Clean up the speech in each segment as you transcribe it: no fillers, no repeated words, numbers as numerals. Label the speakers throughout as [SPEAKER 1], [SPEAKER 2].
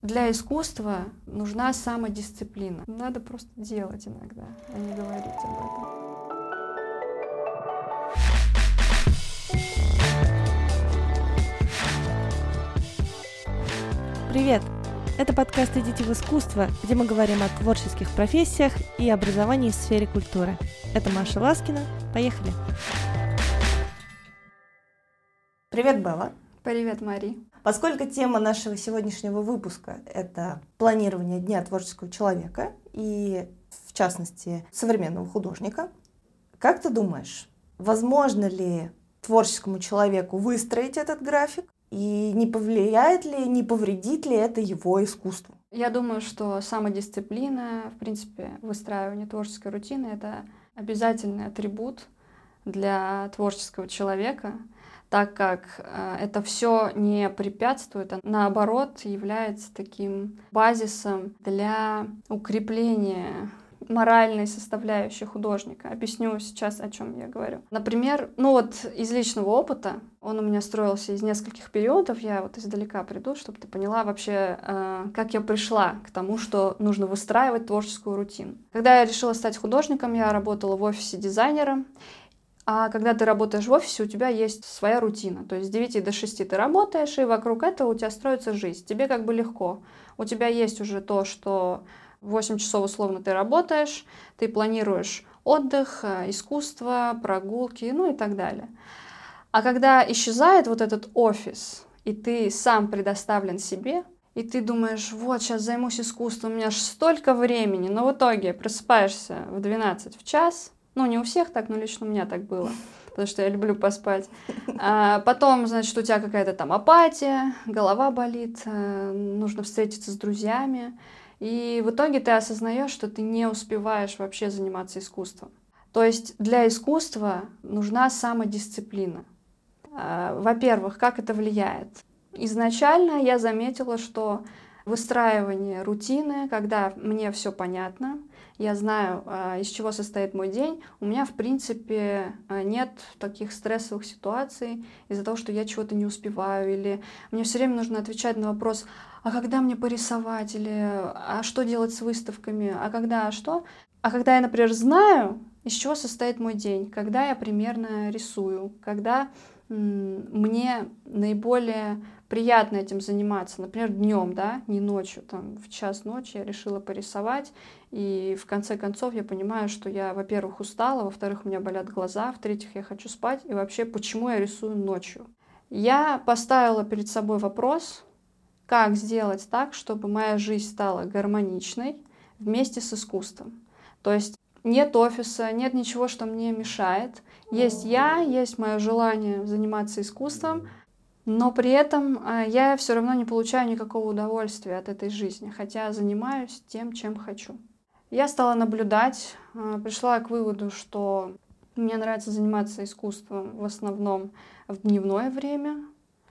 [SPEAKER 1] Для искусства нужна самодисциплина. Надо просто делать иногда, а не говорить об этом.
[SPEAKER 2] Привет! Это подкаст «Идите в искусство», где мы говорим о творческих профессиях и образовании в сфере культуры. Это Маша Ласкина. Поехали! Привет, Белла!
[SPEAKER 1] Привет, Мари!
[SPEAKER 2] Поскольку тема нашего сегодняшнего выпуска – это планирование Дня творческого человека и, в частности, современного художника, как ты думаешь, возможно ли творческому человеку выстроить этот график? И не повлияет ли, не повредит ли это его искусству?
[SPEAKER 1] Я думаю, что самодисциплина, в принципе, выстраивание творческой рутины — это обязательный атрибут для творческого человека, так как это все не препятствует, а наоборот является таким базисом для укрепления моральной составляющей художника. Объясню сейчас, о чем я говорю. Например, из личного опыта, он у меня строился из нескольких периодов, я издалека приду, чтобы ты поняла вообще, как я пришла к тому, что нужно выстраивать творческую рутину. Когда я решила стать художником, я работала в офисе дизайнера. А когда ты работаешь в офисе, у тебя есть своя рутина. То есть с 9 до 6 ты работаешь, и вокруг этого у тебя строится жизнь. Тебе легко. У тебя есть уже то, что 8 часов условно ты работаешь, ты планируешь отдых, искусство, прогулки, и так далее. А когда исчезает этот офис, и ты сам предоставлен себе, и ты думаешь, вот, сейчас займусь искусством, у меня же столько времени, но в итоге просыпаешься в 12 в час. Не у всех так, но лично у меня так было, потому что я люблю поспать. Потом, у тебя какая-то там апатия, голова болит, нужно встретиться с друзьями. И в итоге ты осознаешь, что ты не успеваешь вообще заниматься искусством. То есть для искусства нужна самодисциплина. Во-первых, как это влияет? Изначально я заметила, что выстраивание рутины, когда мне все понятно, я знаю, из чего состоит мой день, у меня, в принципе, нет таких стрессовых ситуаций из-за того, что я чего-то не успеваю, или мне все время нужно отвечать на вопрос, а когда мне порисовать, или а что делать с выставками, а когда, что? А когда я, например, знаю, из чего состоит мой день, когда я примерно рисую, когда мне наиболее приятно этим заниматься, например, днем, не ночью, в час ночи я решила порисовать, и в конце концов я понимаю, что я, во-первых, устала, во-вторых, у меня болят глаза, в-третьих, я хочу спать, и вообще, почему я рисую ночью? Я поставила перед собой вопрос, как сделать так, чтобы моя жизнь стала гармоничной вместе с искусством. То есть нет офиса, нет ничего, что мне мешает. Есть я, есть мое желание заниматься искусством, но при этом я все равно не получаю никакого удовольствия от этой жизни, хотя занимаюсь тем, чем хочу. Я стала наблюдать, пришла к выводу, что мне нравится заниматься искусством в основном в дневное время,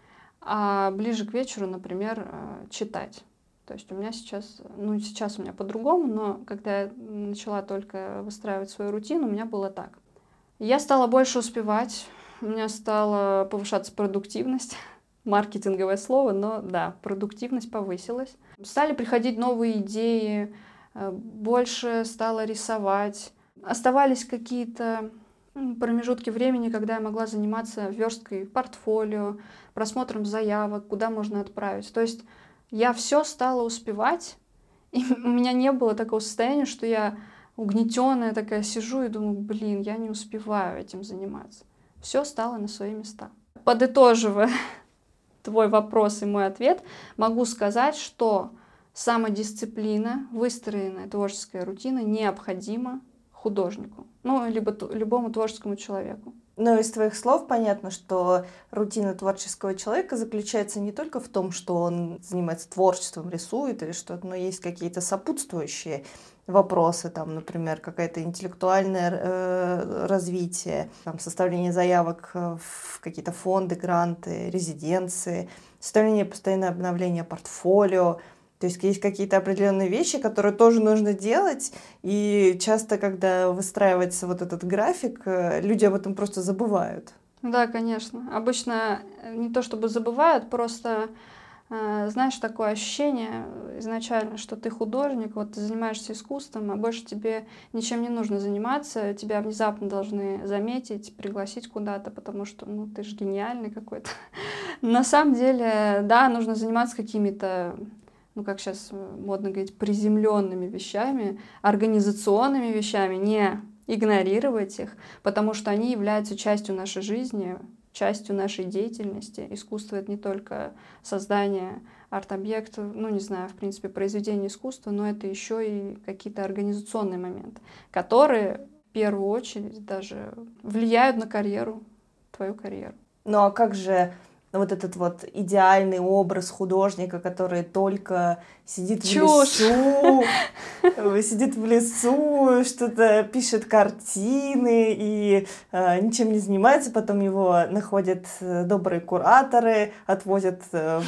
[SPEAKER 1] а ближе к вечеру, например, читать. То есть у меня сейчас у меня по-другому, но когда я начала только выстраивать свою рутину, у меня было так. Я стала больше успевать, у меня стала повышаться продуктивность, маркетинговое слово, но да, продуктивность повысилась. Стали приходить новые идеи, больше стала рисовать. Оставались какие-то промежутки времени, когда я могла заниматься версткой портфолио, просмотром заявок, куда можно отправить. То есть я все стала успевать, и у меня не было такого состояния, что я угнетенная такая сижу и думаю, я не успеваю этим заниматься. Все стало на свои места. Подытоживая твой вопрос и мой ответ, могу сказать, что самодисциплина, выстроенная творческая рутина необходима художнику, либо любому творческому человеку.
[SPEAKER 2] Но из твоих слов понятно, что рутина творческого человека заключается не только в том, что он занимается творчеством, рисует или что-то, но есть какие-то сопутствующие вопросы, например, какое-то интеллектуальное развитие, составление заявок в какие-то фонды, гранты, резиденции, составление постоянное обновление портфолио. То есть какие-то определенные вещи, которые тоже нужно делать, и часто, когда выстраивается этот график, люди об этом просто забывают.
[SPEAKER 1] Да, конечно. Обычно не то чтобы забывают, просто Знаешь, такое ощущение изначально, что ты художник, вот ты занимаешься искусством, а больше тебе ничем не нужно заниматься, тебя внезапно должны заметить, пригласить куда-то, потому что, ну, ты же гениальный какой-то. На самом деле, да, нужно заниматься какими-то, ну, как сейчас модно говорить, приземленными вещами, организационными вещами, не игнорировать их, потому что они являются частью нашей жизни, частью нашей деятельности. Искусство — это не только создание арт-объектов, ну, не знаю, в принципе, произведение искусства, но это еще и какие-то организационные моменты, которые в первую очередь даже влияют на карьеру, твою карьеру.
[SPEAKER 2] Ну а как же вот этот вот идеальный образ художника, который только сидит в лесу, что-то пишет картины и ничем не занимается, потом его находят добрые кураторы, отвозят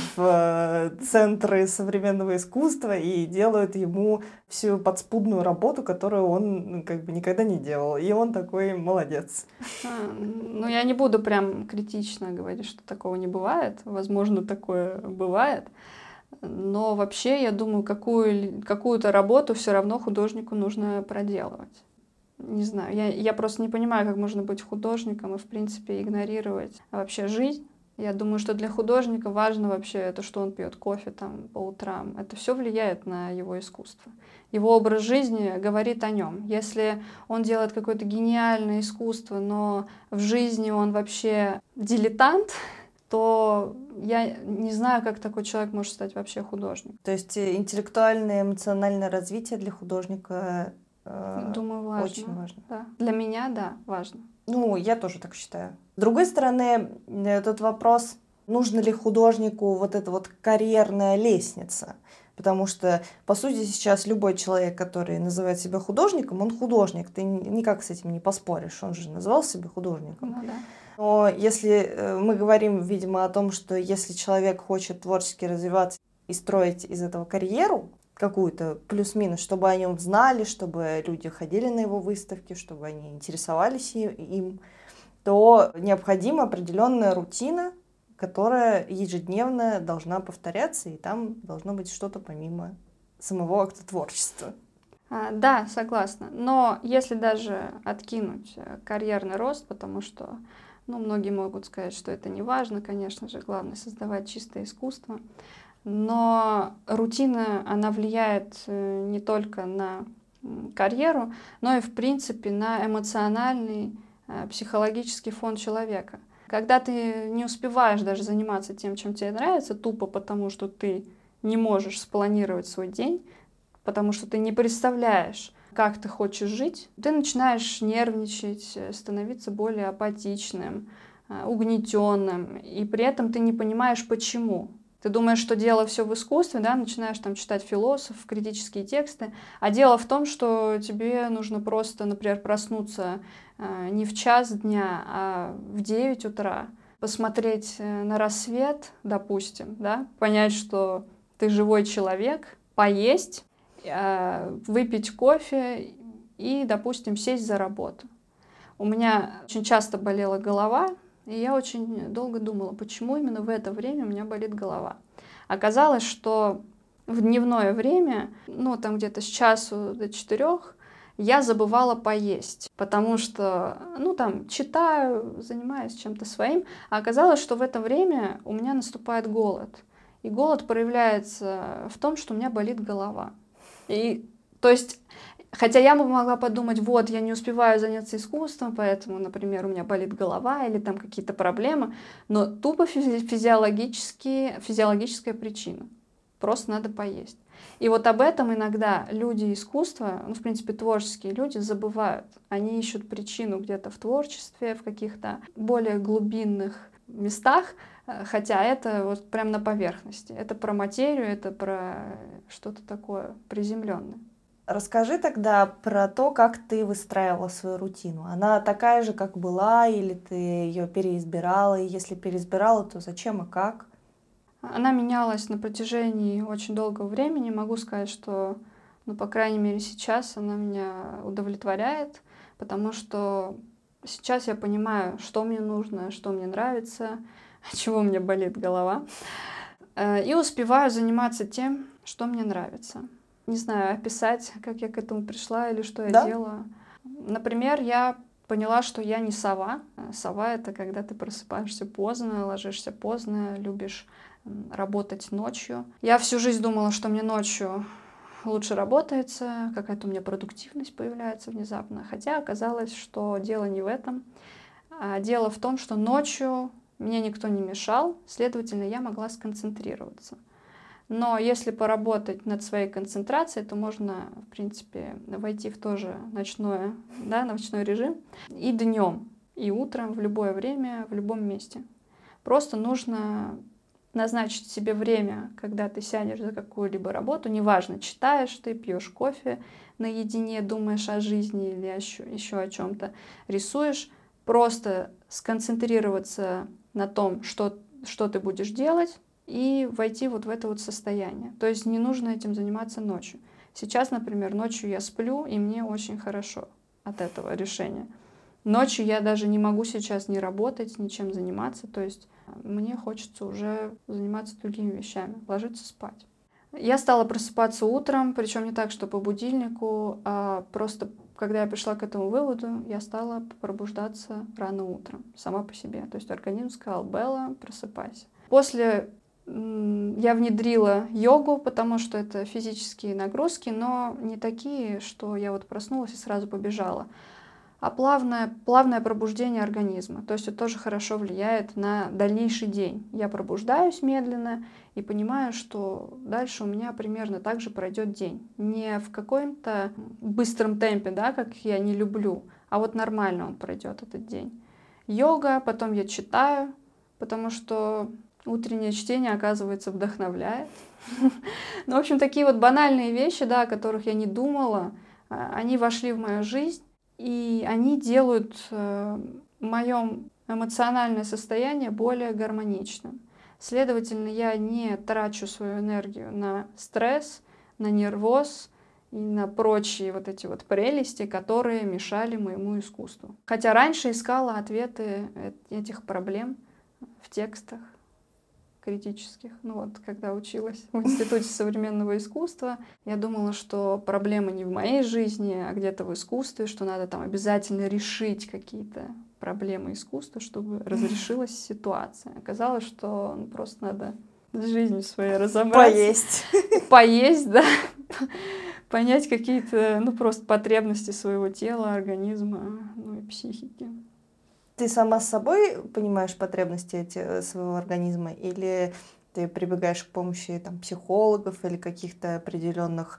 [SPEAKER 2] в центры современного искусства и делают ему всю подспудную работу, которую он как бы никогда не делал. И он такой молодец.
[SPEAKER 1] Ну, я не буду прям критично говорить, что такого не бывает. Возможно, такое бывает. Но вообще, я думаю, какую-то работу все равно художнику нужно проделывать. Не знаю, я просто не понимаю, как можно быть художником и, в принципе, игнорировать вообще жизнь. Я думаю, что для художника важно вообще это, что он пьет кофе там по утрам. Это все влияет на его искусство. Его образ жизни говорит о нем. Если он делает какое-то гениальное искусство, но в жизни он вообще дилетант, то я не знаю, как такой человек может стать вообще художником.
[SPEAKER 2] То есть интеллектуальное, эмоциональное развитие для художника
[SPEAKER 1] думаю, важно.
[SPEAKER 2] Очень важно.
[SPEAKER 1] Да. Для меня, да, важно.
[SPEAKER 2] Ну, я тоже так считаю. С другой стороны, этот вопрос, нужно ли художнику вот эта вот карьерная лестница? Потому что, по сути, сейчас любой человек, который называет себя художником, он художник. Ты никак с этим не поспоришь. Он же называл себя художником.
[SPEAKER 1] Ну, да.
[SPEAKER 2] Но если мы говорим, видимо, о том, что если человек хочет творчески развиваться и строить из этого карьеру, какую-то плюс-минус, чтобы о нем знали, чтобы люди ходили на его выставки, чтобы они интересовались им, то необходима определенная рутина, которая ежедневно должна повторяться, и там должно быть что-то помимо самого акта творчества.
[SPEAKER 1] Да, согласна. Но если даже откинуть карьерный рост, потому что, ну, многие могут сказать, что это не важно, конечно же, главное создавать чистое искусство. Но рутина, она влияет не только на карьеру, но и, в принципе, на эмоциональный, психологический фон человека. Когда ты не успеваешь даже заниматься тем, чем тебе нравится, тупо потому, что ты не можешь спланировать свой день, потому что ты не представляешь, как ты хочешь жить, ты начинаешь нервничать, становиться более апатичным, угнетенным, и при этом ты не понимаешь, почему. Ты думаешь, что дело все в искусстве, да, начинаешь там читать философов, критические тексты, а дело в том, что тебе нужно просто, например, проснуться не в час дня, а в 9 утра, посмотреть на рассвет, допустим, да, понять, что ты живой человек, поесть, выпить кофе и, допустим, сесть за работу. У меня очень часто болела голова, и я очень долго думала, почему именно в это время у меня болит голова. Оказалось, что в дневное время, ну, там где-то с часу до 4, я забывала поесть, потому что, ну, там, читаю, занимаюсь чем-то своим, а оказалось, что в это время у меня наступает голод. И голод проявляется в том, что у меня болит голова. И, то есть, хотя я бы могла подумать, вот, я не успеваю заняться искусством, поэтому, например, у меня болит голова или там какие-то проблемы, но тупо физиологическая причина. Просто надо поесть. И вот об этом иногда люди искусства, ну, в принципе, творческие люди забывают. Они ищут причину где-то в творчестве, в каких-то более глубинных местах, хотя это вот прям на поверхности. Это про материю, это про что-то такое приземленное.
[SPEAKER 2] Расскажи тогда про то, как ты выстраивала свою рутину. Она такая же, как была, или ты ее переизбирала? И если переизбирала, то зачем и как?
[SPEAKER 1] Она менялась на протяжении очень долгого времени. Могу сказать, что, ну, по крайней мере, сейчас она меня удовлетворяет, потому что сейчас я понимаю, что мне нужно, что мне нравится, от чего у меня болит голова. И успеваю заниматься тем, что мне нравится. Не знаю, описать, как я к этому пришла или что я делаю. Например, я поняла, что я не сова. Сова — это когда ты просыпаешься поздно, ложишься поздно, любишь работать ночью. Я всю жизнь думала, что мне ночью лучше работается, какая-то у меня продуктивность появляется внезапно. Хотя оказалось, что дело не в этом. Дело в том, что ночью мне никто не мешал, следовательно, я могла сконцентрироваться. Но если поработать над своей концентрацией, то можно, в принципе, войти в тоже ночной режим и днем, и утром, в любое время, в любом месте. Просто нужно назначить себе время, когда ты сядешь за какую-либо работу, неважно, читаешь ты, пьешь кофе наедине, думаешь о жизни или еще о чем-то, рисуешь, просто сконцентрироваться на том, что ты будешь делать, и войти вот в это вот состояние. То есть не нужно этим заниматься ночью. Сейчас, например, ночью я сплю, и мне очень хорошо от этого решения. Ночью я даже не могу сейчас ни работать, ничем заниматься. То есть мне хочется уже заниматься другими вещами, ложиться спать. Я стала просыпаться утром, причем не так, что по будильнику, а просто когда я пришла к этому выводу, я стала пробуждаться рано утром, сама по себе. То есть организм сказал: Белла, просыпайся. После я внедрила йогу, потому что это физические нагрузки, но не такие, что я вот проснулась и сразу побежала, а плавное пробуждение организма. То есть это тоже хорошо влияет на дальнейший день. Я пробуждаюсь медленно и понимаю, что дальше у меня примерно так же пройдет день. Не в каком-то быстром темпе, да, как я не люблю, а вот нормально он пройдет этот день. Йога, потом я читаю, потому что утреннее чтение, оказывается, вдохновляет. Ну, в общем, такие вот банальные вещи, да, о которых я не думала, они вошли в мою жизнь, и они делают мое эмоциональное состояние более гармоничным. Следовательно, я не трачу свою энергию на стресс, на нервоз и на прочие вот эти вот прелести, которые мешали моему искусству. Хотя раньше искала ответы этих проблем в текстах критических. Ну вот, когда училась в Институте современного искусства, я думала, что проблема не в моей жизни, а где-то в искусстве, что надо там обязательно решить какие-то проблемы искусства, чтобы разрешилась ситуация. Оказалось, что просто надо с жизнью своей разобраться. Поесть, да. Понять какие-то, просто потребности своего тела, организма, и психики.
[SPEAKER 2] Ты сама с собой понимаешь потребности своего организма, или ты прибегаешь к помощи психологов или каких-то определенных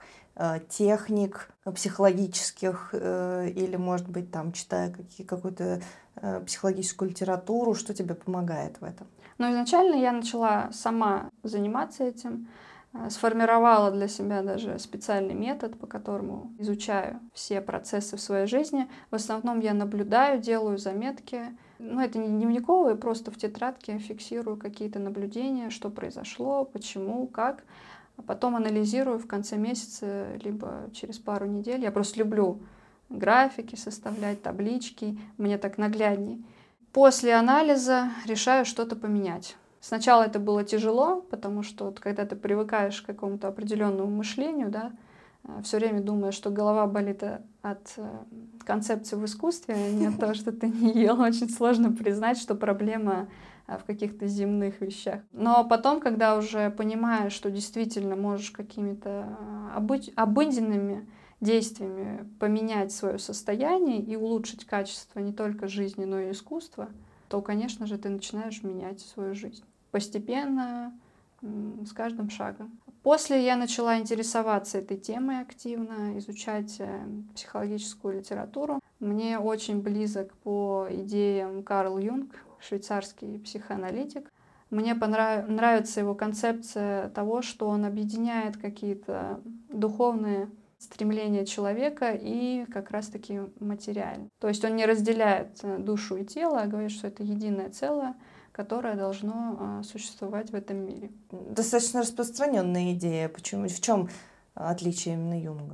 [SPEAKER 2] техник психологических, или, может быть, читая какую-то психологическую литературу, что тебе помогает в этом?
[SPEAKER 1] Изначально я начала сама заниматься этим, сформировала для себя даже специальный метод, по которому изучаю все процессы в своей жизни. В основном я наблюдаю, делаю заметки. Это не дневниковые, просто в тетрадке фиксирую какие-то наблюдения, что произошло, почему, как. А потом анализирую в конце месяца, либо через пару недель. Я просто люблю графики составлять, таблички, мне так наглядней. После анализа решаю что-то поменять. Сначала это было тяжело, потому что когда ты привыкаешь к какому-то определенному мышлению, да, все время думаешь, что голова болит от концепции в искусстве, а не от того, что ты не ел. Очень сложно признать, что проблема в каких-то земных вещах. Но потом, когда уже понимаешь, что действительно можешь какими-то обыденными действиями поменять свое состояние и улучшить качество не только жизни, но и искусства, то, конечно же, ты начинаешь менять свою жизнь. Постепенно, с каждым шагом. После я начала интересоваться этой темой активно, изучать психологическую литературу. Мне очень близок по идеям Карл Юнг, швейцарский психоаналитик. Мне нравится его концепция того, что он объединяет какие-то духовные стремления человека и как раз-таки материальные. То есть он не разделяет душу и тело, а говорит, что это единое целое, которое должно существовать в этом мире.
[SPEAKER 2] Достаточно распространенная идея. В чем отличие именно Юнга?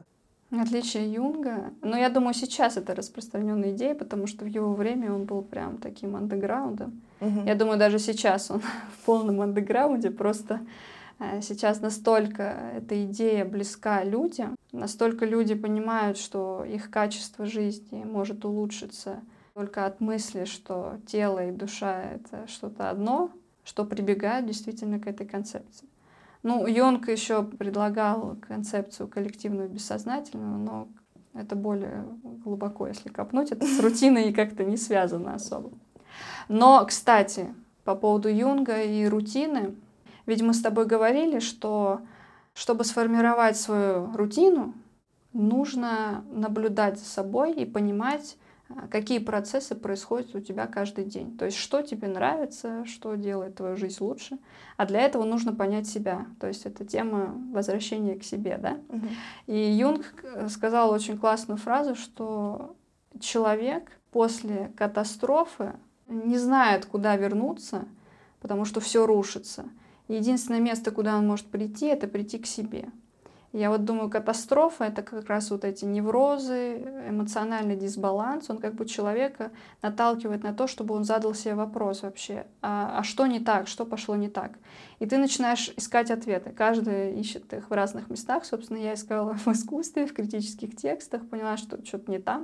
[SPEAKER 1] Отличие Юнга. Но я думаю, сейчас это распространенная идея, потому что в его время он был прям таким андеграундом. Я думаю, даже сейчас он в полном андеграунде, просто сейчас настолько эта идея близка людям, настолько люди понимают, что их качество жизни может улучшиться только от мысли, что тело и душа — это что-то одно, что прибегают действительно к этой концепции. Ну, Юнг еще предлагал концепцию коллективного бессознательного, но это более глубоко, если копнуть, это с рутиной как-то не связано особо. Но, кстати, по поводу Юнга и рутины, ведь мы с тобой говорили, что чтобы сформировать свою рутину, нужно наблюдать за собой и понимать, какие процессы происходят у тебя каждый день. То есть, что тебе нравится, что делает твою жизнь лучше. А для этого нужно понять себя. То есть, это тема возвращения к себе, да? И Юнг сказал очень классную фразу, что человек после катастрофы не знает, куда вернуться, потому что все рушится. Единственное место, куда он может прийти, это прийти к себе. Я вот думаю, катастрофа — это как раз вот эти неврозы, эмоциональный дисбаланс. Он как бы человека наталкивает на то, чтобы он задал себе вопрос вообще, а что не так, что пошло не так. И ты начинаешь искать ответы. Каждый ищет их в разных местах. Собственно, я искала в искусстве, в критических текстах, поняла, что что-то не там.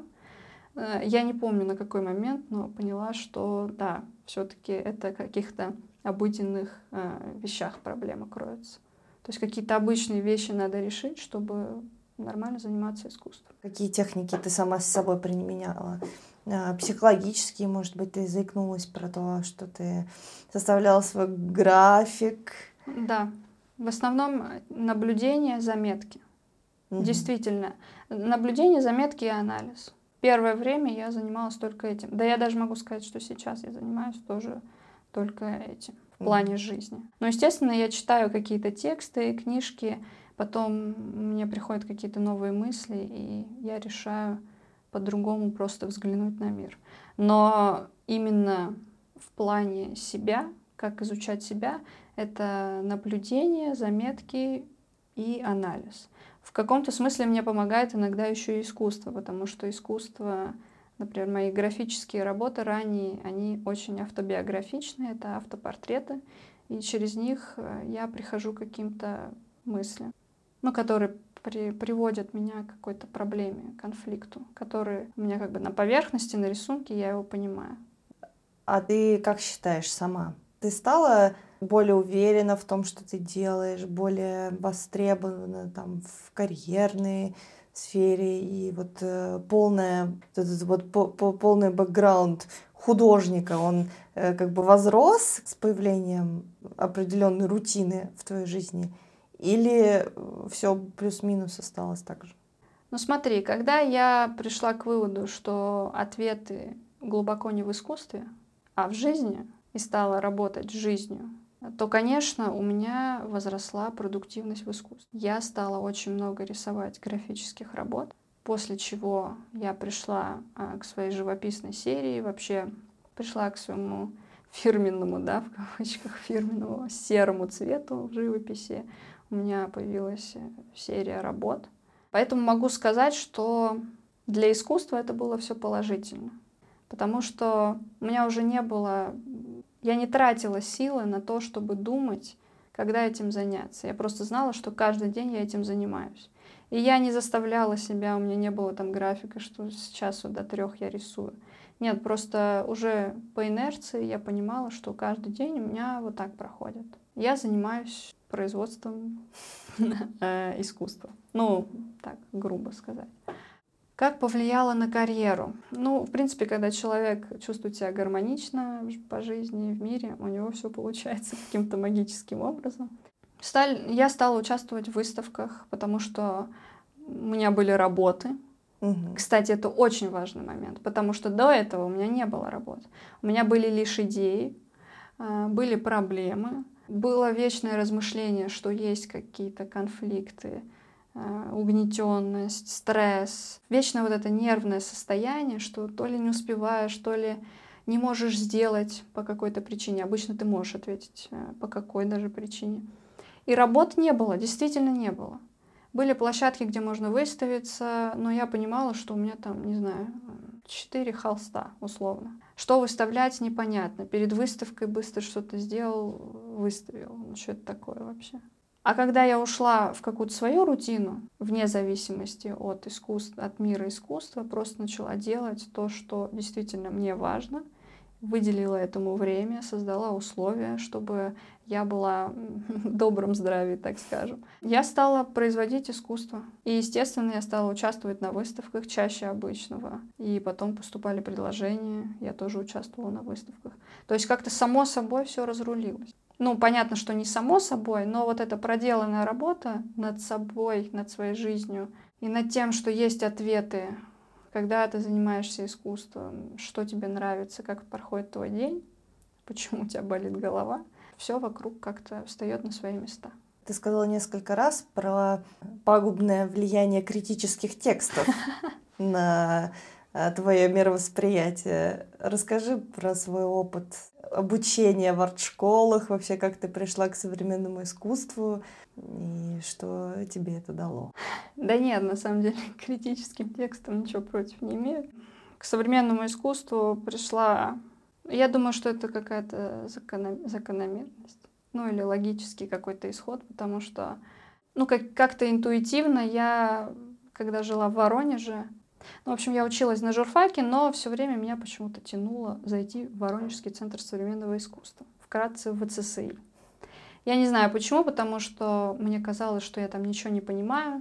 [SPEAKER 1] Я не помню, на какой момент, но поняла, что да, все-таки это в каких-то обыденных вещах проблема кроется. То есть какие-то обычные вещи надо решить, чтобы нормально заниматься искусством.
[SPEAKER 2] Какие техники ты сама с собой применяла? Психологические, может быть, ты заикнулась про то, что ты составляла свой график?
[SPEAKER 1] Да, в основном наблюдение, заметки. Действительно, наблюдение, заметки и анализ. Первое время я занималась только этим. Да я даже могу сказать, что сейчас я занимаюсь тоже только этим в плане жизни. Но, естественно, я читаю какие-то тексты, книжки, потом мне приходят какие-то новые мысли, и я решаю по-другому просто взглянуть на мир. Но именно в плане себя, как изучать себя, это наблюдение, заметки и анализ. В каком-то смысле мне помогает иногда еще и искусство, потому что искусство, например, мои графические работы ранние, они очень автобиографичные, это автопортреты, и через них я прихожу к каким-то мыслям, которые приводят меня к какой-то проблеме, конфликту, который у меня как бы на поверхности, на рисунке, я его понимаю.
[SPEAKER 2] А ты как считаешь сама? Ты стала более уверена в том, что ты делаешь, более востребована там в карьерной сфере, и вот полный бэкграунд художника, он как бы возрос с появлением определенной рутины в твоей жизни, или все плюс-минус осталось так же?
[SPEAKER 1] Ну смотри, когда я пришла к выводу, что ответы глубоко не в искусстве, а в жизни, и стала работать с жизнью, то, конечно, у меня возросла продуктивность в искусстве. Я стала очень много рисовать графических работ, после чего я пришла к своей живописной серии, вообще пришла к своему фирменному, да, в кавычках, фирменному серому цвету в живописи. У меня появилась серия работ. Поэтому могу сказать, что для искусства это было все положительно. Потому что у меня уже не было... Я не тратила силы на то, чтобы думать, когда этим заняться. Я просто знала, что каждый день я этим занимаюсь. И я не заставляла себя, у меня не было там графика, что с часу до 3 я рисую. Нет, просто уже по инерции я понимала, что каждый день у меня вот так проходит. Я занимаюсь производством искусства. Ну, так, грубо сказать. Как повлияло на карьеру? Ну, в принципе, когда человек чувствует себя гармонично по жизни, в мире, у него все получается каким-то магическим образом. Я стала участвовать в выставках, потому что у меня были работы. Кстати, это очень важный момент, потому что до этого у меня не было работ. У меня были лишь идеи, были проблемы, было вечное размышление, что есть какие-то конфликты, угнетенность, стресс, вечно вот это нервное состояние, что то ли не успеваешь, то ли не можешь сделать по какой-то причине. Обычно ты можешь ответить, по какой даже причине. И работ не было, действительно не было. Были площадки, где можно выставиться, но я понимала, что у меня там, не знаю, 4 холста условно. Что выставлять, непонятно. Перед выставкой быстро что-то сделал, выставил. Ну, что это такое вообще? А когда я ушла в какую-то свою рутину, вне зависимости от искусства, от мира искусства, просто начала делать то, что действительно мне важно, выделила этому время, создала условия, чтобы я была в добром здравии, так скажем. Я стала производить искусство. И, естественно, я стала участвовать на выставках чаще обычного. И потом поступали предложения, я тоже участвовала на выставках. То есть как-то само собой все разрулилось. Ну, понятно, что не само собой, но вот эта проделанная работа над собой, над своей жизнью и над тем, что есть ответы, когда ты занимаешься искусством, что тебе нравится, как проходит твой день, почему у тебя болит голова, все вокруг как-то встает на свои места.
[SPEAKER 2] Ты сказала несколько раз про пагубное влияние критических текстов на твое мировосприятие. Расскажи про свой опыт обучения в арт-школах, вообще как ты пришла к современному искусству и что тебе это дало?
[SPEAKER 1] Да нет, на самом деле, к критическим текстам ничего против не имею. К современному искусству пришла... Я думаю, что это какая-то закономерность. Ну, или логический какой-то исход, потому что... Ну, как-то интуитивно я, когда жила в Воронеже... Ну, в общем, я училась на журфаке, но все время меня почему-то тянуло зайти в Воронежский центр современного искусства. Вкратце, в ВЦСИ. Я не знаю почему, потому что мне казалось, что я там ничего не понимаю.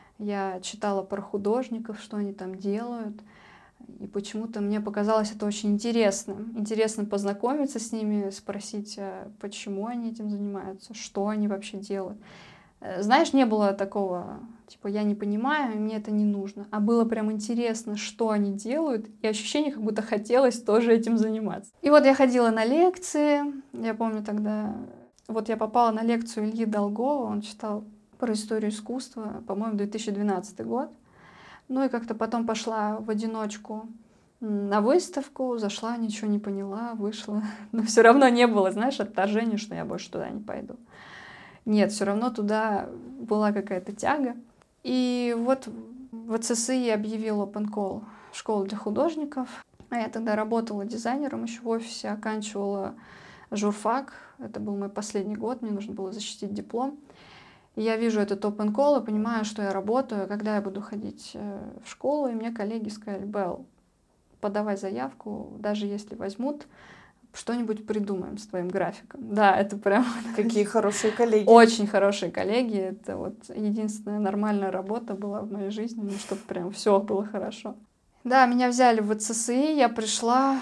[SPEAKER 1] Я читала про художников, что они там делают. И почему-то мне показалось это очень интересным. Интересно познакомиться с ними, спросить, почему они этим занимаются, что они вообще делают. Знаешь, не было такого, типа, я не понимаю, и мне это не нужно. А было прям интересно, что они делают, и ощущение, как будто хотелось тоже этим заниматься. И вот я ходила на лекции, я помню тогда... Вот я попала на лекцию Ильи Долгова, он читал про историю искусства, по-моему, 2012 год. Ну и как-то потом пошла в одиночку на выставку, зашла, ничего не поняла, вышла. Но все равно не было, знаешь, отторжения, что я больше туда не пойду. Нет, все равно туда была какая-то тяга. И вот в ВЦСИ объявил Open Call школу для художников. А я тогда работала дизайнером еще в офисе, оканчивала журфак. Это был мой последний год, мне нужно было защитить диплом. И я вижу этот open call и понимаю, что я работаю, когда я буду ходить в школу. И мне коллеги сказали: Белл, подавай заявку, даже если возьмут, что-нибудь придумаем с твоим графиком. Да, это прям...
[SPEAKER 2] Какие хорошие коллеги.
[SPEAKER 1] Очень хорошие коллеги. Это вот единственная нормальная работа была в моей жизни, ну, чтобы прям все было хорошо. Да, меня взяли в ВЦСИ, я пришла,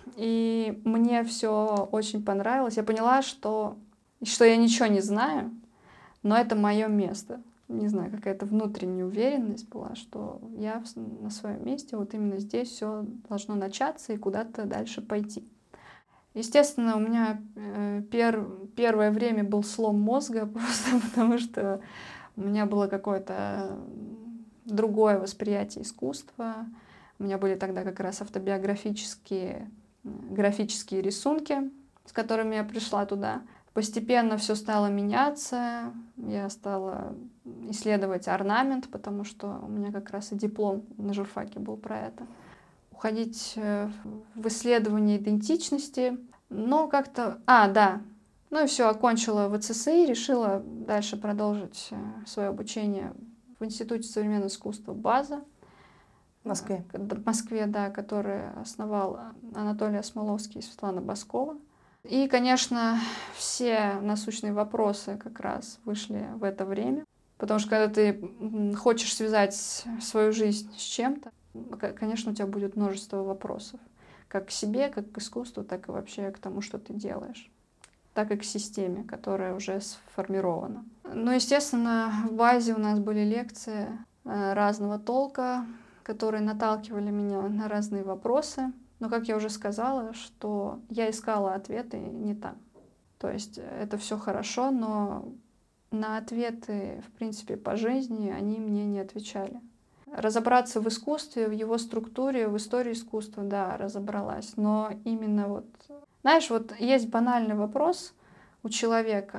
[SPEAKER 1] и мне все очень понравилось. Я поняла, что я ничего не знаю, но это мое место. Не знаю, какая-то внутренняя уверенность была, что я на своем месте, вот именно здесь все должно начаться и куда-то дальше пойти. Естественно, у меня первое время был слом мозга, просто потому что у меня было какое-то другое восприятие искусства. У меня были тогда как раз автобиографические графические рисунки, с которыми я пришла туда. Постепенно все стало меняться, я стала исследовать орнамент, потому что у меня как раз и диплом на журфаке был про это. Уходить в исследование идентичности, но как-то... да. Ну и все, окончила ВЦСИ, решила дальше продолжить свое обучение в Институте современного искусства «База».
[SPEAKER 2] В Москве.
[SPEAKER 1] В Москве, да, который основал Анатолий Осмоловский и Светлана Баскова. И, конечно, все насущные вопросы как раз вышли в это время. Потому что когда ты хочешь связать свою жизнь с чем-то, конечно, у тебя будет множество вопросов. Как к себе, как к искусству, так и вообще к тому, что ты делаешь. Так и к системе, которая уже сформирована. Ну, естественно, в базе у нас были лекции разного толка, которые наталкивали меня на разные вопросы. Но, как я уже сказала, что я искала ответы не там. То есть это все хорошо, но на ответы, в принципе, по жизни они мне не отвечали. Разобраться в искусстве, в его структуре, в истории искусства, да, разобралась. Но именно вот... Знаешь, вот есть банальный вопрос у человека,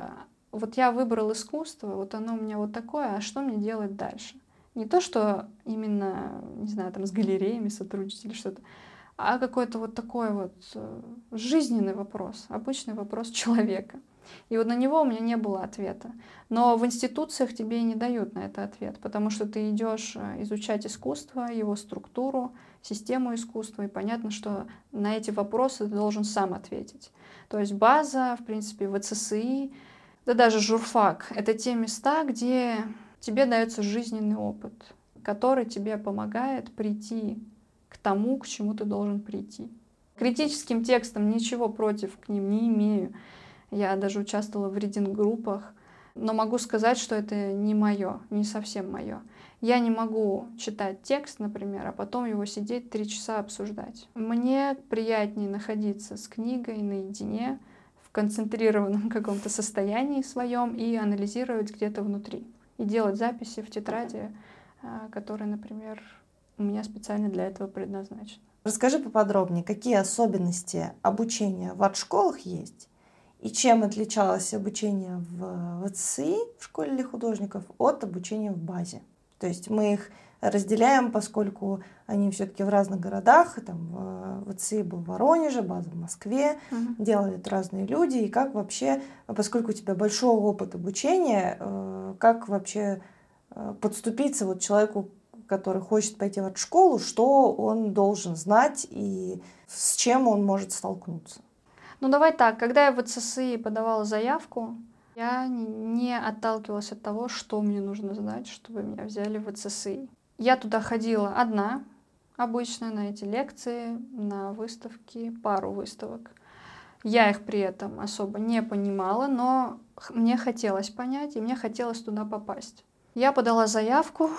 [SPEAKER 1] вот я выбрал искусство, вот оно у меня вот такое, а что мне делать дальше? Не то, что именно, не знаю, там с галереями сотрудничать или что-то, а какой-то вот такой вот жизненный вопрос, обычный вопрос человека. И вот на него у меня не было ответа. Но в институциях тебе и не дают на это ответ, потому что ты идешь изучать искусство, его структуру, систему искусства, и понятно, что на эти вопросы ты должен сам ответить. То есть база, в принципе, ВЦСИ, да даже журфак — это те места, где тебе дается жизненный опыт, который тебе помогает прийти к тому, к чему ты должен прийти. Критическим текстом ничего против к ним не имею. Я даже участвовала в ридинг-группах, но могу сказать, что это не мое, не совсем мое. Я не могу читать текст, например, а потом его сидеть 3 часа обсуждать. Мне приятнее находиться с книгой наедине, в концентрированном каком-то состоянии своем и анализировать где-то внутри. И делать записи в тетради, которые, например, у меня специально для этого предназначены.
[SPEAKER 2] Расскажи поподробнее, какие особенности обучения в арт-школах есть? И чем отличалось обучение в ВЦСИ, в школе для художников, от обучения в базе? То есть мы их разделяем, поскольку они все-таки в разных городах. Там ВЦСИ был в Воронеже, база в Москве, делали это разные люди. И как вообще, поскольку у тебя большой опыт обучения, как вообще подступиться вот человеку, который хочет пойти в арт-школу, что он должен знать и с чем он может столкнуться?
[SPEAKER 1] Ну, давай так, когда я в ВЦСИ подавала заявку, я не отталкивалась от того, что мне нужно знать, чтобы меня взяли в ВЦСИ. Я туда ходила одна, обычно, на эти лекции, на выставки, пару выставок. Я их при этом особо не понимала, но мне хотелось понять, и мне хотелось туда попасть. Я подала заявку,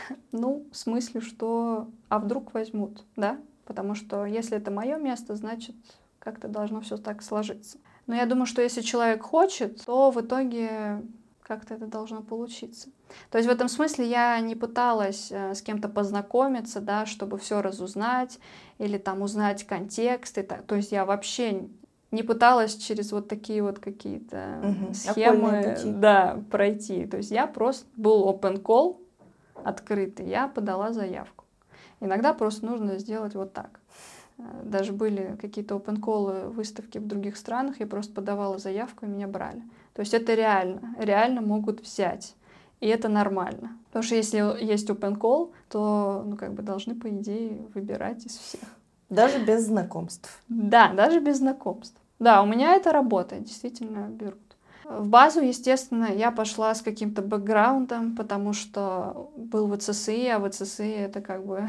[SPEAKER 1] ну, в смысле, что а вдруг возьмут, да? Потому что если это мое место, значит, как-то должно все так сложиться. Но я думаю, что если человек хочет, то в итоге как-то это должно получиться. То есть в этом смысле я не пыталась с кем-то познакомиться, да, чтобы все разузнать или там узнать контекст. То есть я вообще не пыталась через вот такие вот какие-то схемы, да, пройти. То есть я просто был open call, открытый, я подала заявку. Иногда просто нужно сделать вот так. Даже были какие-то open-call выставки в других странах, я просто подавала заявку, и меня брали. То есть это реально могут взять. И это нормально. Потому что если есть open-call, то должны, по идее, выбирать из всех.
[SPEAKER 2] Даже без знакомств?
[SPEAKER 1] Да, даже без знакомств. Да, у меня это работает, действительно берут. В базу, естественно, я пошла с каким-то бэкграундом, потому что был ВЦСИ, а ВЦСИ — это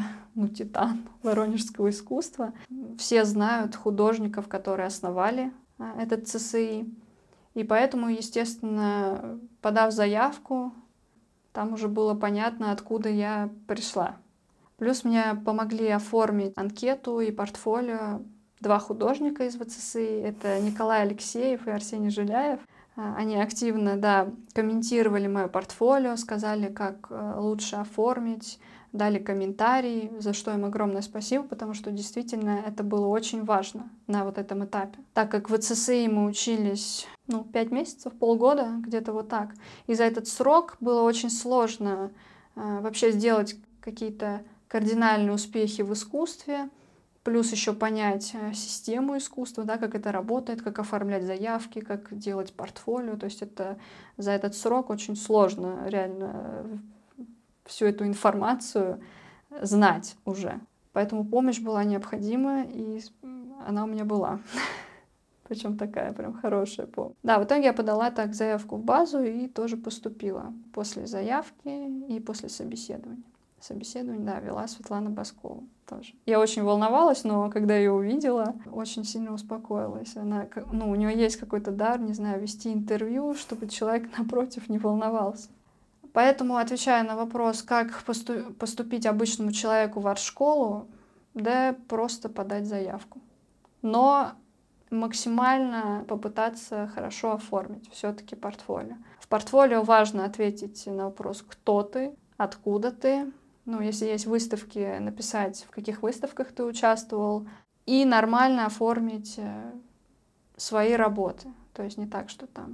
[SPEAKER 1] титан воронежского искусства. Все знают художников, которые основали этот ЦСИ. И поэтому, естественно, подав заявку, там уже было понятно, откуда я пришла. Плюс мне помогли оформить анкету и портфолио 2 художника из ВЦСИ. Это Николай Алексеев и Арсений Жиляев. Они активно, да, комментировали мое портфолио, сказали, как лучше оформить, дали комментарии, за что им огромное спасибо, потому что действительно это было очень важно на вот этом этапе. Так как в ВЦСИ мы учились 5 месяцев, полгода, где-то вот так. И за этот срок было очень сложно вообще сделать какие-то кардинальные успехи в искусстве, плюс еще понять систему искусства, да, как это работает, как оформлять заявки, как делать портфолио. То есть это за этот срок очень сложно реально всю эту информацию знать уже. Поэтому помощь была необходима, и она у меня была. Причем такая прям хорошая помощь. Да, в итоге я подала так заявку в базу и тоже поступила после заявки и после собеседования. Собеседование, да, вела Светлана Баскова тоже. Я очень волновалась, но когда ее увидела, очень сильно успокоилась. Она, у нее есть какой-то дар, не знаю, вести интервью, чтобы человек напротив не волновался. Поэтому, отвечая на вопрос, как поступить обычному человеку в арт-школу, да, просто подать заявку. Но максимально попытаться хорошо оформить все-таки портфолио. В портфолио важно ответить на вопрос, кто ты, откуда ты. Если есть выставки, написать, в каких выставках ты участвовал, и нормально оформить свои работы. То есть не так, что там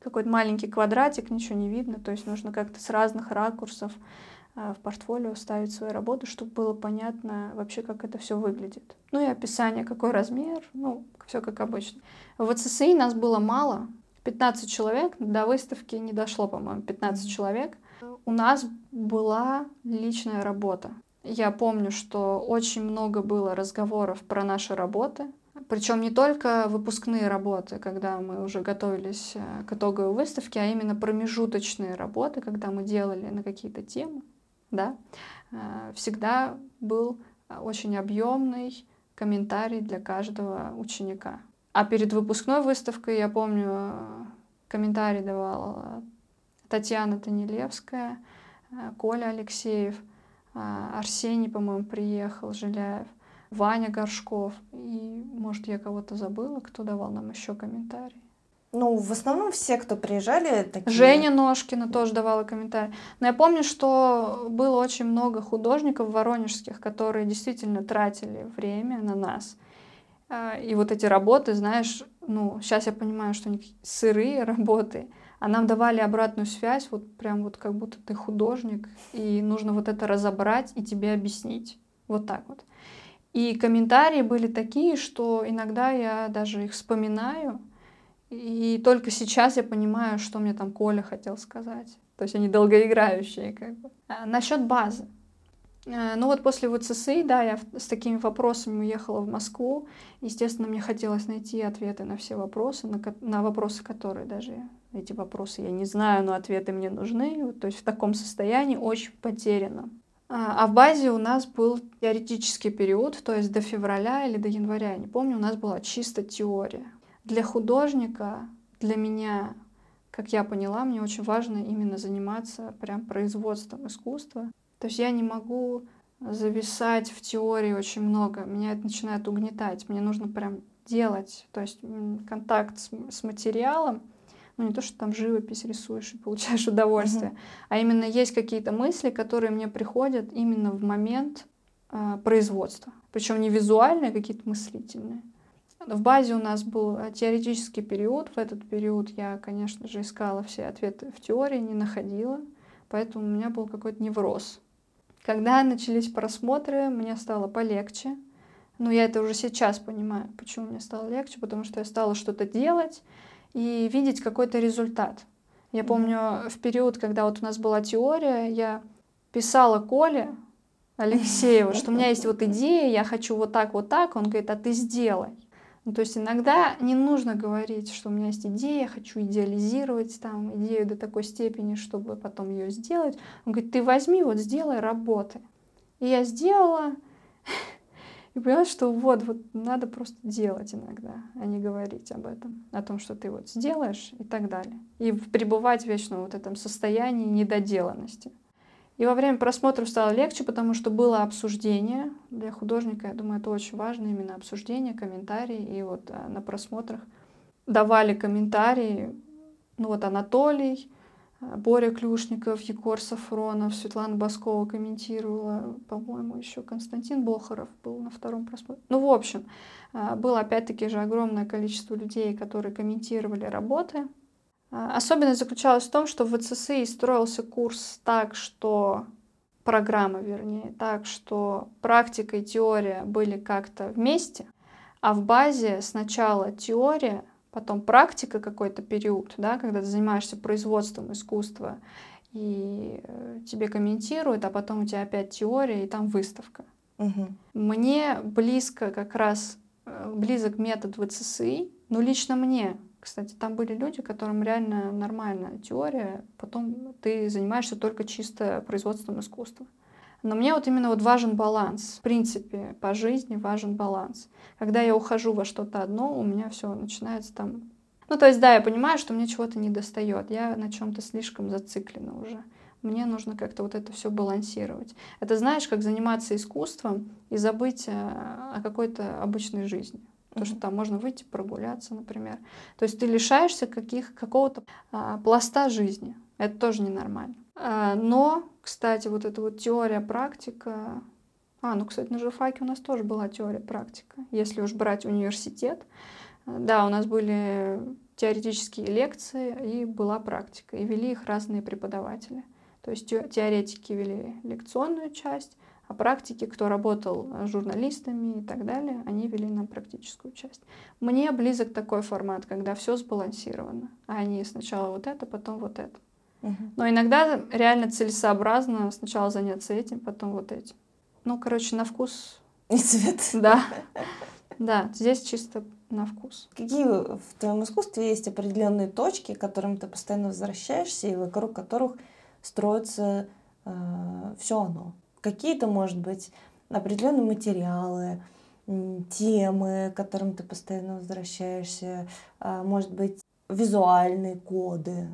[SPEAKER 1] какой-то маленький квадратик, ничего не видно, то есть нужно как-то с разных ракурсов в портфолио ставить свои работы, чтобы было понятно вообще, как это все выглядит. Ну и описание, какой размер, ну, все как обычно. В ВЦСИ нас было мало, 15 человек, до выставки не дошло, по-моему, 15 человек. У нас была личная работа. Я помню, что очень много было разговоров про наши работы, причем не только выпускные работы, когда мы уже готовились к итоговой выставке, а именно промежуточные работы, когда мы делали на какие-то темы. Да? Всегда был очень объемный комментарий для каждого ученика. А перед выпускной выставкой, я помню, комментарий давала Татьяна Танилевская, Коля Алексеев, Арсений, по-моему, приехал, Жиляев, Ваня Горшков. И, может, я кого-то забыла, кто давал нам еще комментарий.
[SPEAKER 2] Ну, в основном все, кто приезжали, такие...
[SPEAKER 1] Женя Ножкина тоже давала комментарий. Но я помню, что было очень много художников воронежских, которые действительно тратили время на нас. И вот эти работы, знаешь, ну, сейчас я понимаю, что они сырые работы, а нам давали обратную связь, вот прям вот как будто ты художник, и нужно вот это разобрать и тебе объяснить. Вот так вот. И комментарии были такие, что иногда я даже их вспоминаю, и только сейчас я понимаю, что мне там Коля хотел сказать. То есть они долгоиграющие как бы. Насчет базы. Ну вот после ВЦСИ, да, я с такими вопросами уехала в Москву. Естественно, мне хотелось найти ответы на все вопросы, на вопросы, которые даже эти вопросы я не знаю, но ответы мне нужны. Вот, то есть в таком состоянии очень потеряно. А в базе у нас был теоретический период, то есть до февраля или до января, я не помню, у нас была чисто теория. Для художника, для меня, как я поняла, мне очень важно именно заниматься прям производством искусства. То есть я не могу зависать в теории очень много, меня это начинает угнетать, мне нужно прям делать, то есть контакт с материалом, ну не то, что там живопись рисуешь и получаешь удовольствие, а именно есть какие-то мысли, которые мне приходят именно в момент производства, причем не визуальные, а какие-то мыслительные. В базе у нас был теоретический период, в этот период я, конечно же, искала все ответы в теории, не находила, поэтому у меня был какой-то невроз. Когда начались просмотры, мне стало полегче. Ну, я это уже сейчас понимаю, почему мне стало легче, потому что я стала что-то делать и видеть какой-то результат. Я помню, в период, когда вот у нас была теория, я писала Коле Алексееву, что у меня есть вот идея, я хочу вот так. Он говорит, а ты сделай. Ну, то есть иногда не нужно говорить, что у меня есть идея, я хочу идеализировать там идею до такой степени, чтобы потом ее сделать. Он говорит, ты возьми, вот сделай работы. И я сделала, и поняла, что вот надо просто делать иногда, а не говорить об этом, о том, что ты вот сделаешь и так далее. И пребывать вечно в вот этом состоянии недоделанности. И во время просмотров стало легче, потому что было обсуждение. Для художника, я думаю, это очень важно, именно обсуждение, комментарии. И вот на просмотрах давали комментарии. Ну вот Анатолий, Боря Клюшников, Егор Сафронов, Светлана Баскова комментировала. По-моему, еще Константин Бохаров был на втором просмотре. Ну, в общем, было опять-таки же огромное количество людей, которые комментировали работы. Особенность заключалась в том, что в ВЦСИ строился курс так, что программа, вернее, так, что практика и теория были как-то вместе, а в базе сначала теория, потом практика какой-то период, да, когда ты занимаешься производством искусства, и тебе комментируют, а потом у тебя опять теория, и там выставка. Мне близок метод ВЦСИ, но лично мне. Кстати, там были люди, которым реально нормальная теория, потом ты занимаешься только чисто производством искусства. Но мне вот именно вот важен баланс. В принципе, по жизни важен баланс. Когда я ухожу во что-то одно, у меня все начинается там... Ну, то есть, да, я понимаю, что мне чего-то недостает. Я на чем-то слишком зациклена уже. Мне нужно как-то вот это все балансировать. Это знаешь, как заниматься искусством и забыть о какой-то обычной жизни. Потому что там можно выйти прогуляться, например. То есть ты лишаешься какого-то пласта жизни. Это тоже ненормально. Но, кстати, вот эта вот теория, практика... ну, кстати, на журфаке у нас тоже была теория, практика. Если уж брать университет. Да, у нас были теоретические лекции и была практика. И вели их разные преподаватели. То есть теоретики вели лекционную часть, а практики, кто работал с журналистами и так далее, они вели нам практическую часть. Мне близок такой формат, когда все сбалансировано, а не сначала вот это, потом вот это. Но иногда реально целесообразно сначала заняться этим, потом вот этим. Ну, короче, на вкус.
[SPEAKER 2] И цвет.
[SPEAKER 1] Да. Да, здесь чисто на вкус.
[SPEAKER 2] Какие в твоем искусстве есть определенные точки, к которым ты постоянно возвращаешься и вокруг которых строится все оно? Какие-то, может быть, определенные материалы, темы, к которым ты постоянно возвращаешься, может быть, визуальные коды,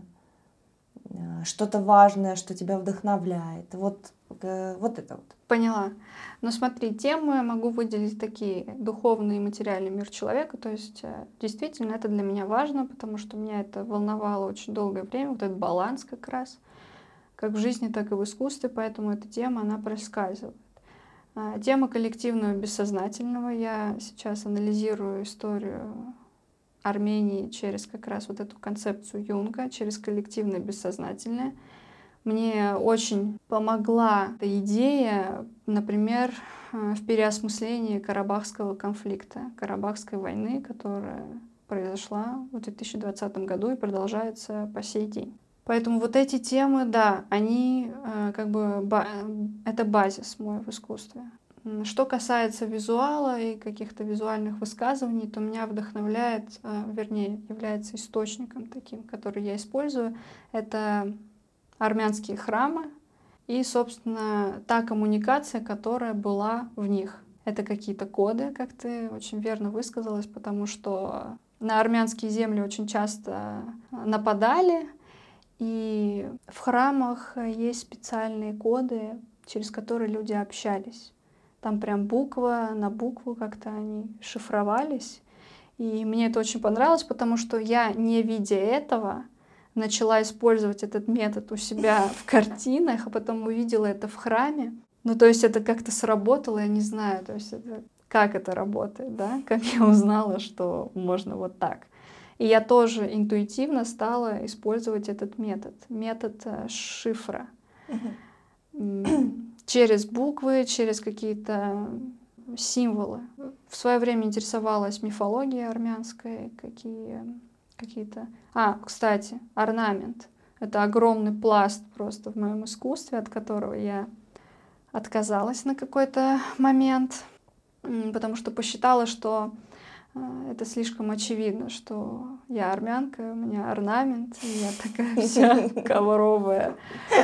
[SPEAKER 2] что-то важное, что тебя вдохновляет. Вот это вот.
[SPEAKER 1] Поняла. Но смотри, темы могу выделить такие: духовный и материальный мир человека. То есть действительно это для меня важно, потому что меня это волновало очень долгое время, вот этот баланс как раз, как в жизни, так и в искусстве, поэтому эта тема, она проскальзывает. Тема коллективного бессознательного. Я сейчас анализирую историю Армении через как раз вот эту концепцию Юнга, через коллективное бессознательное. Мне очень помогла эта идея, например, в переосмыслении Карабахского конфликта, Карабахской войны, которая произошла в 2020 году и продолжается по сей день. Поэтому вот эти темы, да, они как бы это базис мой в искусстве. Что касается визуала и каких-то визуальных высказываний, то меня вдохновляет, вернее, является источником таким, который я использую, это армянские храмы и, собственно, та коммуникация, которая была в них. Это какие-то коды, как ты очень верно высказалась, потому что на армянские земли очень часто нападали, и в храмах есть специальные коды, через которые люди общались. Там прям буква на букву как-то они шифровались. И мне это очень понравилось, потому что я, не видя этого, начала использовать этот метод у себя в картинах, а потом увидела это в храме. Ну, то есть это как-то сработало, я не знаю, то есть как это работает, да? Как я узнала, что можно вот так. И я тоже интуитивно стала использовать этот метод шифра. Через буквы, через какие-то символы. В свое время интересовалась мифологией армянской, какие-то... кстати, орнамент. Это огромный пласт просто в моем искусстве, от которого я отказалась на какой-то момент, потому что посчитала, что это слишком очевидно, что я армянка, у меня орнамент, и я такая вся ковровая.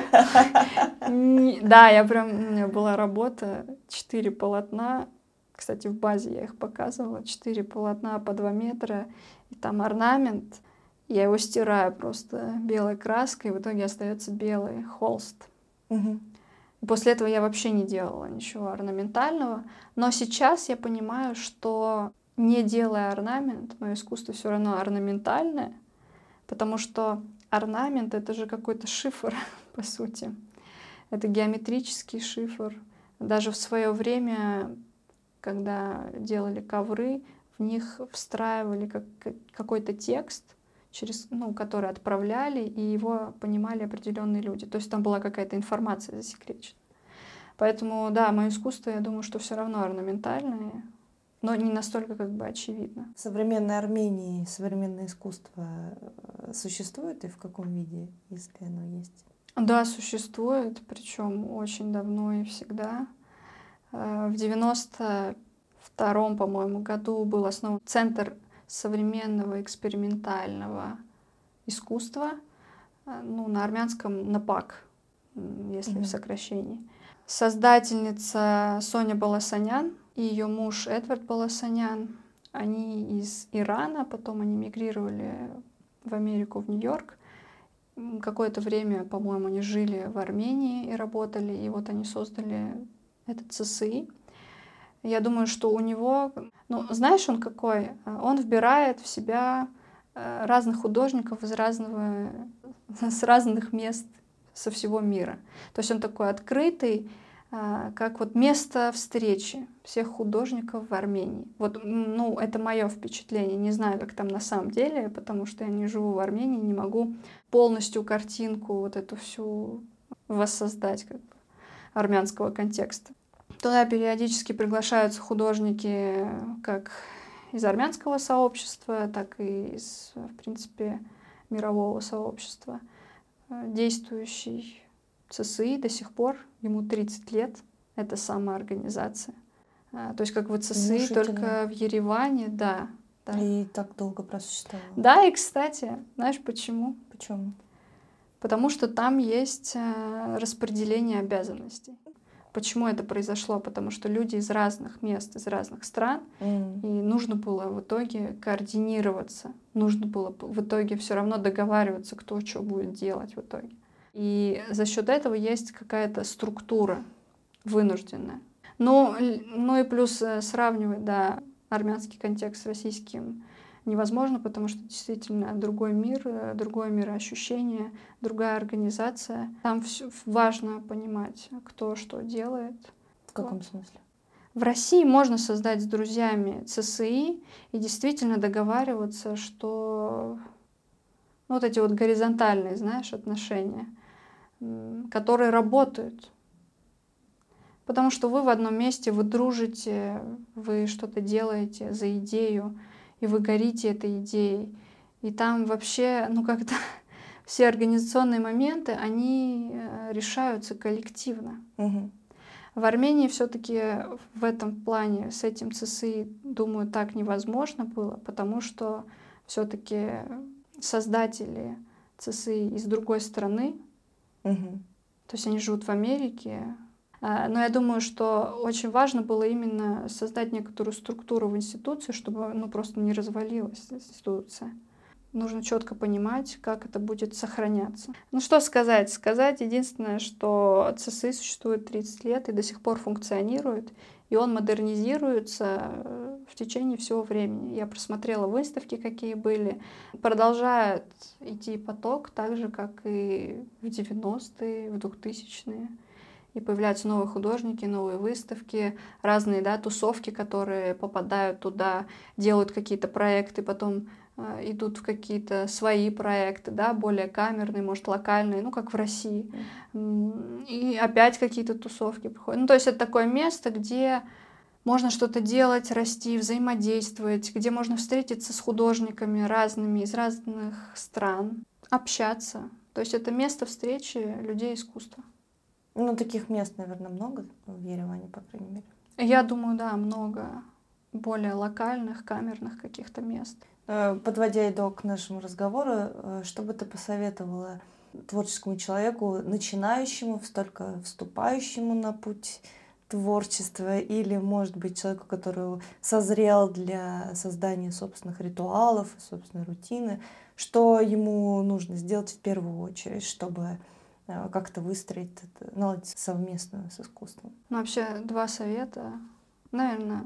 [SPEAKER 1] Да, у меня была работа, 4 полотна, кстати, в базе я их показывала, 4 полотна по 2 метра, и там орнамент, я его стираю просто белой краской, и в итоге остается белый холст. И после этого я вообще не делала ничего орнаментального, но сейчас я понимаю, что не делая орнамент, мое искусство все равно орнаментальное, потому что орнамент — это же какой-то шифр, по сути. Это геометрический шифр. Даже в свое время, когда делали ковры, в них встраивали какой-то текст, который отправляли, и его понимали определенные люди. То есть там была какая-то информация засекречена. Поэтому, да, мое искусство, я думаю, что все равно орнаментальное, но не настолько очевидно.
[SPEAKER 2] В современной Армении современное искусство существует и в каком виде, если оно есть?
[SPEAKER 1] Да, существует, причем очень давно и всегда. В 92-м, по-моему, году был основан Центр современного экспериментального искусства, на армянском НАПАК, если в сокращении. Создательница Соня Баласанян и ее муж Эдвард Баласанян, они из Ирана, потом они мигрировали в Америку, в Нью-Йорк. Какое-то время, по-моему, они жили в Армении и работали, и вот они создали этот ЦСИ. Я думаю, что у него... знаешь, он какой? Он вбирает в себя разных художников с разных мест со всего мира. То есть он такой открытый, как вот место встречи всех художников в Армении. Вот, ну, это мое впечатление. Не знаю, как там на самом деле, потому что я не живу в Армении, не могу полностью картинку вот эту всю воссоздать как бы, армянского контекста. Туда периодически приглашаются художники как из армянского сообщества, так и из, в принципе, мирового сообщества. Действующий ЦСИ до сих пор, ему 30 лет, это самоорганизация. То есть как вот ЦСИ, только в Ереване, да.
[SPEAKER 2] И так долго просуществовало.
[SPEAKER 1] Да, и, кстати, знаешь почему?
[SPEAKER 2] Почему?
[SPEAKER 1] Потому что там есть распределение обязанностей. Почему это произошло? Потому что люди из разных мест, из разных стран, и нужно было в итоге координироваться, нужно было в итоге все равно договариваться, кто что будет делать в итоге. И за счет этого есть какая-то структура вынужденная. Ну и плюс сравнивать, да, армянский контекст с российским невозможно, потому что действительно другой мир, другое мироощущение, другая организация. Там важно понимать, кто что делает.
[SPEAKER 2] В каком смысле?
[SPEAKER 1] В России можно создать с друзьями ЦСИ и действительно договариваться, что вот эти вот горизонтальные, знаешь, отношения, которые работают. Потому что вы в одном месте, вы дружите, вы что-то делаете за идею, и вы горите этой идеей. И там вообще, ну как-то все организационные моменты, они решаются коллективно. В Армении все-таки в этом плане с этим ЦСИ, думаю, так невозможно было, потому что все-таки создатели ЦСИ из другой страны, то есть они живут в Америке. Но я думаю, что очень важно было именно создать некоторую структуру в институции, чтобы ну, просто не развалилась институция. Нужно четко понимать, как это будет сохраняться. Ну что сказать? Сказать единственное, что ЦСИ существует 30 лет и до сих пор функционирует, и он модернизируется в течение всего времени. Я просмотрела выставки, какие были. Продолжает идти поток, так же, как и в 90-е, в 2000-е. И появляются новые художники, новые выставки, разные, да, тусовки, которые попадают туда, делают какие-то проекты, потом идут в какие-то свои проекты, да, более камерные, может, локальные, ну, как в России. И опять какие-то тусовки приходят. Ну, то есть это такое место, где можно что-то делать, расти, взаимодействовать, где можно встретиться с художниками разными из разных стран, общаться. То есть это место встречи людей искусства.
[SPEAKER 2] Ну, таких мест, наверное, много в Ереване, по крайней мере.
[SPEAKER 1] Я думаю, да, много более локальных, камерных каких-то мест.
[SPEAKER 2] Подводя итог нашему разговору, что бы ты посоветовала творческому человеку, начинающему, только вступающему на путь творчества, или, может быть, человеку, который созрел для создания собственных ритуалов, собственной рутины, что ему нужно сделать в первую очередь, чтобы как-то выстроить, наладить совместно с искусством?
[SPEAKER 1] Ну, вообще, 2 совета, наверное,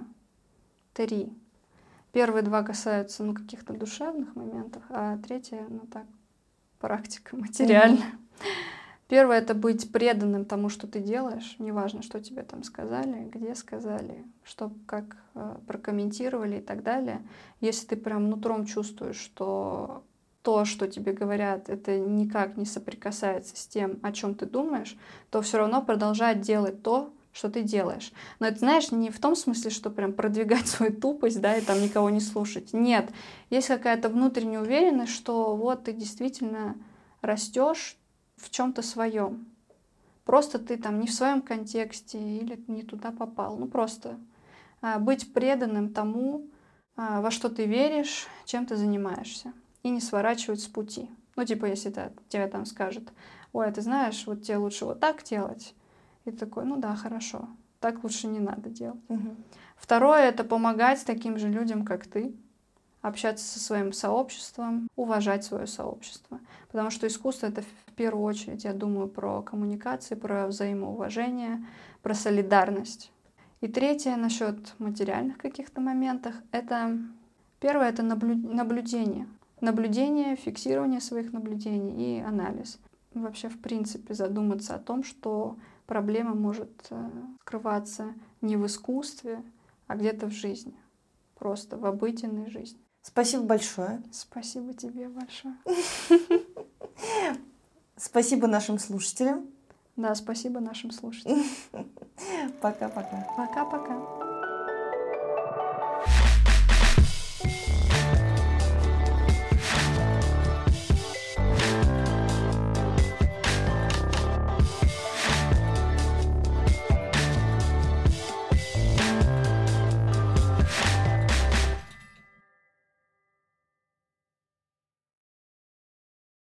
[SPEAKER 1] 3. Первые 2 касаются, ну, каких-то душевных моментов, а 3, ну, так, практика материальная. Первое — это быть преданным тому, что ты делаешь. Неважно, что тебе там сказали, где сказали, что, как прокомментировали и так далее. Если ты прям нутром чувствуешь, что то, что тебе говорят, это никак не соприкасается с тем, о чем ты думаешь, то все равно продолжать делать то, что ты делаешь. Но это, знаешь, не в том смысле, что прям продвигать свою тупость, да, и там никого не слушать. Нет, есть какая-то внутренняя уверенность, что вот ты действительно растешь в чем-то своем. Просто ты там не в своем контексте или не туда попал. Ну просто быть преданным тому, во что ты веришь, чем ты занимаешься. И не сворачивать с пути. Ну, типа, если тебе там скажут: ой, ты знаешь, вот тебе лучше вот так делать. И ты такой: ну да, хорошо, так лучше не надо делать. Второе — это помогать таким же людям, как ты, общаться со своим сообществом, уважать свое сообщество. Потому что искусство — это в первую очередь, я думаю, про коммуникации, про взаимоуважение, про солидарность. И 3 насчет материальных каких-то моментов — это первое — это наблюдение. Наблюдение, фиксирование своих наблюдений и анализ. Вообще, в принципе, задуматься о том, что проблема может скрываться не в искусстве, а где-то в жизни, просто в обыденной жизни.
[SPEAKER 2] Спасибо большое.
[SPEAKER 1] Спасибо тебе большое.
[SPEAKER 2] Спасибо нашим слушателям.
[SPEAKER 1] Да, спасибо нашим слушателям.
[SPEAKER 2] Пока-пока.
[SPEAKER 1] Пока-пока.